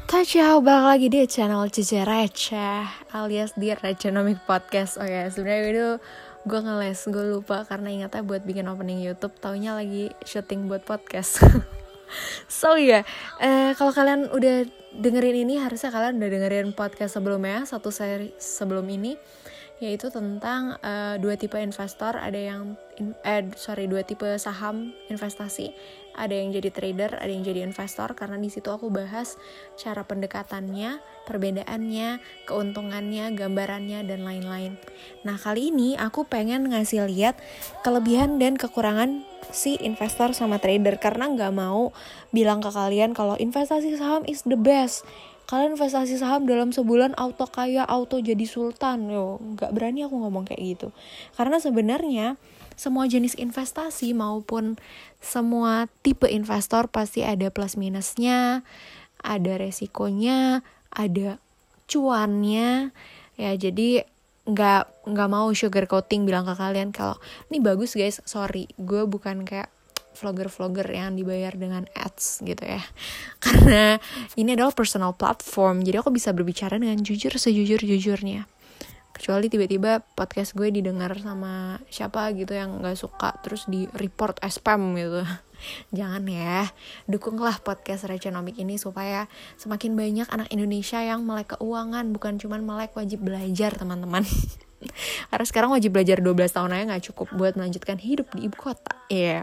Ciao, balik lagi di channel Cici Receh alias di Recenomic Podcast. Oh ya, sebenarnya itu gue ngeles, gue lupa karena ingatnya buat bikin opening YouTube, taunya lagi syuting buat podcast. So ya, kalau kalian udah dengerin ini, harusnya kalian udah dengerin podcast sebelumnya, satu seri sebelum ini, yaitu tentang dua tipe investor. Ada yang dua tipe saham investasi. Ada yang jadi trader, ada yang jadi investor. Karena di situ aku bahas cara pendekatannya, perbedaannya, keuntungannya, gambarannya, dan lain-lain. Nah, kali ini aku pengen ngasih lihat kelebihan dan kekurangan si investor sama trader, karena nggak mau bilang ke kalian kalau investasi saham is the best. Kalian investasi saham dalam sebulan auto kaya, auto jadi sultan. Nggak berani aku ngomong kayak gitu. Karena sebenarnya semua jenis investasi maupun semua tipe investor pasti ada plus minusnya, ada resikonya, ada cuannya. Ya, jadi nggak mau sugarcoating bilang ke kalian kalau ini bagus guys. Sorry, gue bukan kayak vlogger-vlogger yang dibayar dengan ads gitu ya. Karena ini adalah personal platform, jadi aku bisa berbicara dengan jujur sejujur-jujurnya. Kecuali tiba-tiba podcast gue didengar sama siapa gitu yang gak suka, terus di report as spam gitu. Jangan ya, dukunglah podcast Recenomic ini supaya semakin banyak anak Indonesia yang melek keuangan, bukan cuma melek wajib belajar, teman-teman. Karena sekarang wajib belajar 12 tahun aja gak cukup buat melanjutkan hidup di ibu kota. Iya.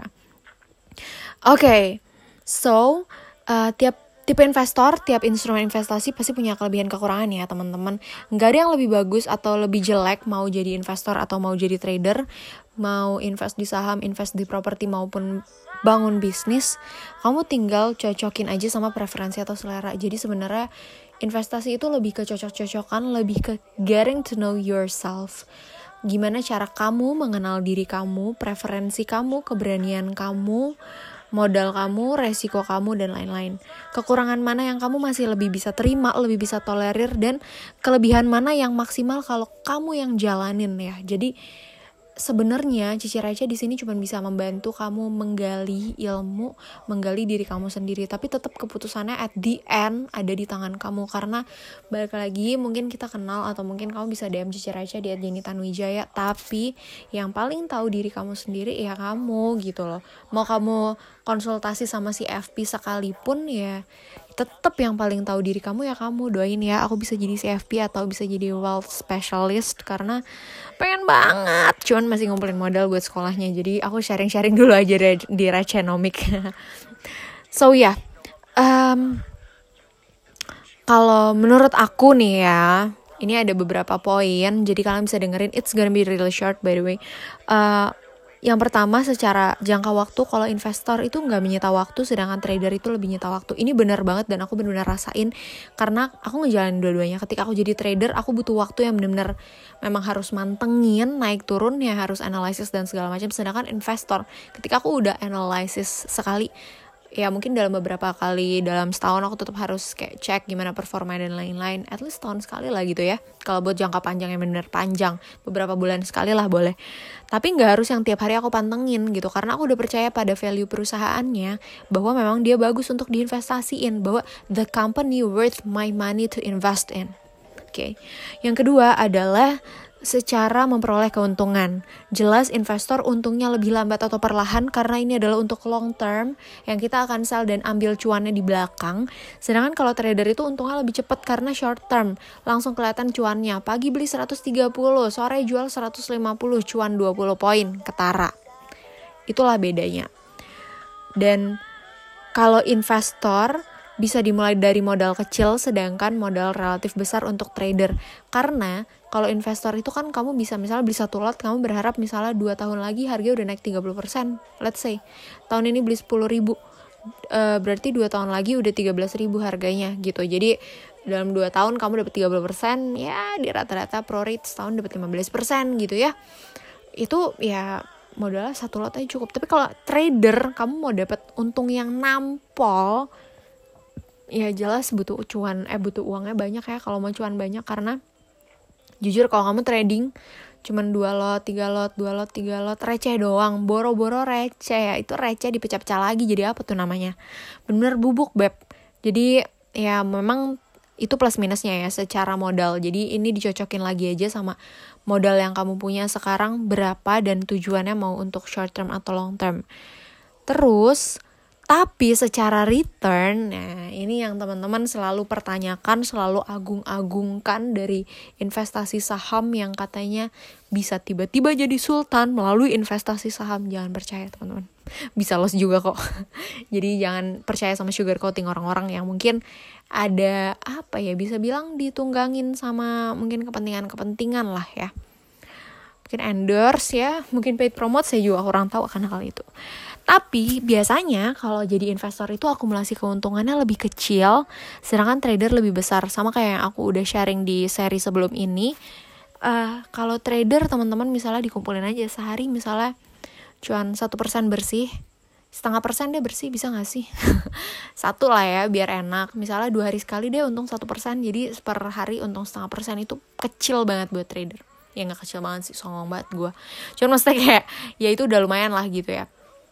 Oke, so tiap investor, tiap instrumen investasi pasti punya kelebihan kekurangan ya teman-teman. Nggak ada yang lebih bagus atau lebih jelek mau jadi investor atau mau jadi trader, mau invest di saham, invest di properti maupun bangun bisnis. Kamu tinggal cocokin aja sama preferensi atau selera. Jadi sebenarnya investasi itu lebih ke cocok-cocokan, lebih ke getting to know yourself. Gimana cara kamu mengenal diri kamu, preferensi kamu, keberanian kamu, modal kamu, resiko kamu, dan lain-lain. Kekurangan mana yang kamu masih lebih bisa terima, lebih bisa tolerir, dan kelebihan mana yang maksimal kalau kamu yang jalanin ya. Jadi sebenarnya Cici Receh di sini cuma bisa membantu kamu menggali ilmu, menggali diri kamu sendiri, tapi tetap keputusannya at the end ada di tangan kamu. Karena balik lagi, mungkin kita kenal atau mungkin kamu bisa DM Cici Receh di @jenny_tanuwijaya, tapi yang paling tahu diri kamu sendiri ya kamu gitu loh. Mau kamu konsultasi sama si FP sekalipun ya tetap yang paling tahu diri kamu ya kamu. Doain ya aku bisa jadi CFP atau bisa jadi wealth specialist, karena pengen banget, cuman masih ngumpulin modal buat sekolahnya. Jadi aku sharing-sharing dulu aja di Recenomic. So ya, kalau menurut aku nih ya, ini ada beberapa poin, jadi kalian bisa dengerin. It's gonna be really short by the way. Yang pertama, secara jangka waktu, kalau investor itu nggak menyita waktu, sedangkan trader itu lebih nyita waktu. Ini benar banget dan aku benar-benar rasain, karena aku ngejalanin dua-duanya. Ketika aku jadi trader, aku butuh waktu yang benar-benar memang harus mantengin, naik turun ya, harus analisis dan segala macam. Sedangkan investor, ketika aku udah analisis sekali, ya mungkin dalam beberapa kali dalam setahun aku tetap harus kayak cek gimana performa dan lain-lain, at least setahun sekali lah gitu ya. Kalau buat jangka panjang yang benar panjang, beberapa bulan sekali lah boleh, tapi nggak harus yang tiap hari aku pantengin gitu, karena aku udah percaya pada value perusahaannya, bahwa memang dia bagus untuk diinvestasiin, bahwa the company worth my money to invest in. Oke. Yang kedua adalah secara memperoleh keuntungan. Jelas investor untungnya lebih lambat atau perlahan, karena ini adalah untuk long term yang kita akan sell dan ambil cuannya di belakang. Sedangkan kalau trader itu untungnya lebih cepat karena short term, langsung kelihatan cuannya. Pagi beli 130, sore jual 150, cuan 20 poin ketara. Itulah bedanya. Dan kalau investor bisa dimulai dari modal kecil, sedangkan modal relatif besar untuk trader. Karena kalau investor itu kan kamu bisa misalnya beli satu lot, kamu berharap misalnya 2 tahun lagi harga udah naik 30%. Let's say, tahun ini beli 10.000, berarti 2 tahun lagi udah 13.000 harganya gitu. Jadi dalam 2 tahun kamu dapat 30%, ya di rata-rata pro rate setahun dapat 15% gitu ya. Itu ya modalnya satu lot aja cukup. Tapi kalau trader, kamu mau dapat untung yang nampol, ya jelas butuh uangnya banyak ya kalau mau cuan banyak. Karena jujur kalau kamu trading cuman 2 lot, 3 lot, 2 lot, 3 lot, receh doang, boro-boro receh ya, itu receh dipecah-pecah lagi jadi apa tuh namanya, bener bubuk beb. Jadi ya memang itu plus minusnya ya secara modal. Jadi ini dicocokin lagi aja sama modal yang kamu punya sekarang berapa dan tujuannya mau untuk short term atau long term. Terus tapi secara return, nah ini yang teman-teman selalu pertanyakan, selalu agung-agungkan dari investasi saham yang katanya bisa tiba-tiba jadi sultan melalui investasi saham. Jangan percaya teman-teman, bisa loss juga kok. Jadi jangan percaya sama sugar coating orang-orang yang mungkin ada bisa bilang ditunggangin sama mungkin kepentingan-kepentingan lah ya. Mungkin endorse ya, mungkin paid promote, saya juga kurang tahu akan hal itu. Tapi biasanya kalau jadi investor itu akumulasi keuntungannya lebih kecil, sedangkan trader lebih besar. Sama kayak yang aku udah sharing di seri sebelum ini. Kalau trader teman-teman misalnya dikumpulin aja sehari misalnya cuan 1% bersih, 0,5% deh bersih, bisa gak sih? 1 lah ya biar enak. Misalnya 2 hari sekali deh untung 1%, jadi per hari untung 0,5%, itu kecil banget buat trader. Ya gak kecil banget sih, songong banget gue. Cuman maksudnya kayak ya itu udah lumayan lah gitu ya.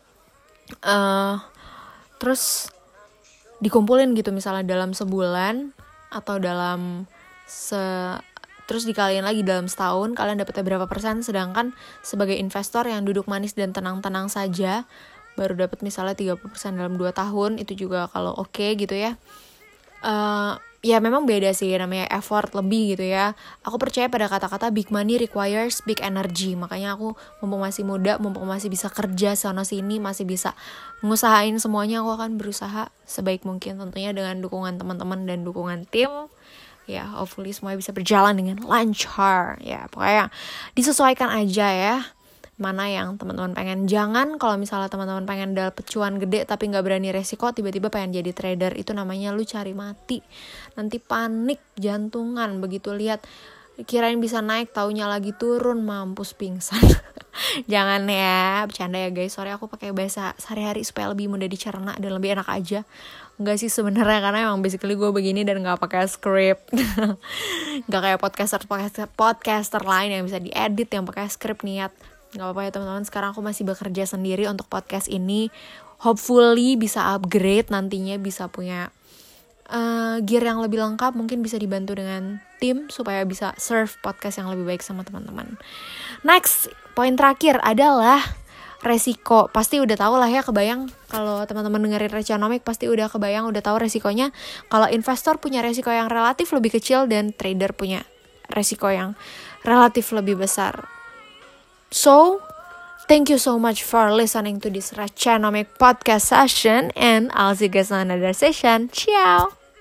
Terus dikumpulin gitu misalnya dalam sebulan atau dalam terus dikaliin lagi dalam setahun, kalian dapetnya berapa persen. Sedangkan sebagai investor yang duduk manis dan tenang-tenang saja baru dapat misalnya 30% dalam 2 tahun, itu juga kalau oke gitu ya. Ya memang beda sih, namanya effort lebih gitu ya. Aku percaya pada kata-kata big money requires big energy. Makanya aku mumpung masih muda, mumpung masih bisa kerja sana sini, masih bisa ngusahain semuanya, aku akan berusaha sebaik mungkin, tentunya dengan dukungan teman-teman dan dukungan tim. Ya hopefully semuanya bisa berjalan dengan lancar. Ya pokoknya disesuaikan aja ya mana yang teman-teman pengen. Jangan kalau misalnya teman-teman pengen dapet cuan gede tapi gak berani resiko, tiba-tiba pengen jadi trader, itu namanya lu cari mati. Nanti panik, jantungan, begitu lihat kirain bisa naik taunya lagi turun, mampus pingsan. Jangan ya, bercanda ya guys, sorry aku pakai bahasa sehari-hari supaya lebih mudah dicerna dan lebih enak aja. Enggak sih sebenarnya, karena emang basically gue begini dan gak pakai script. Gak kayak podcaster lain yang bisa diedit, yang pakai script niat. Gak apa-apa ya teman-teman, sekarang aku masih bekerja sendiri untuk podcast ini. Hopefully bisa upgrade nantinya, bisa punya gear yang lebih lengkap, mungkin bisa dibantu dengan tim supaya bisa serve podcast yang lebih baik sama teman-teman. Next, poin terakhir adalah resiko. Pasti udah tahu lah ya, kebayang kalau teman-teman dengerin Recanomic pasti udah kebayang, udah tahu resikonya. Kalau investor punya resiko yang relatif lebih kecil dan trader punya resiko yang relatif lebih besar. So, thank you so much for listening to this Recanomic podcast session, and I'll see you guys on another session. Ciao!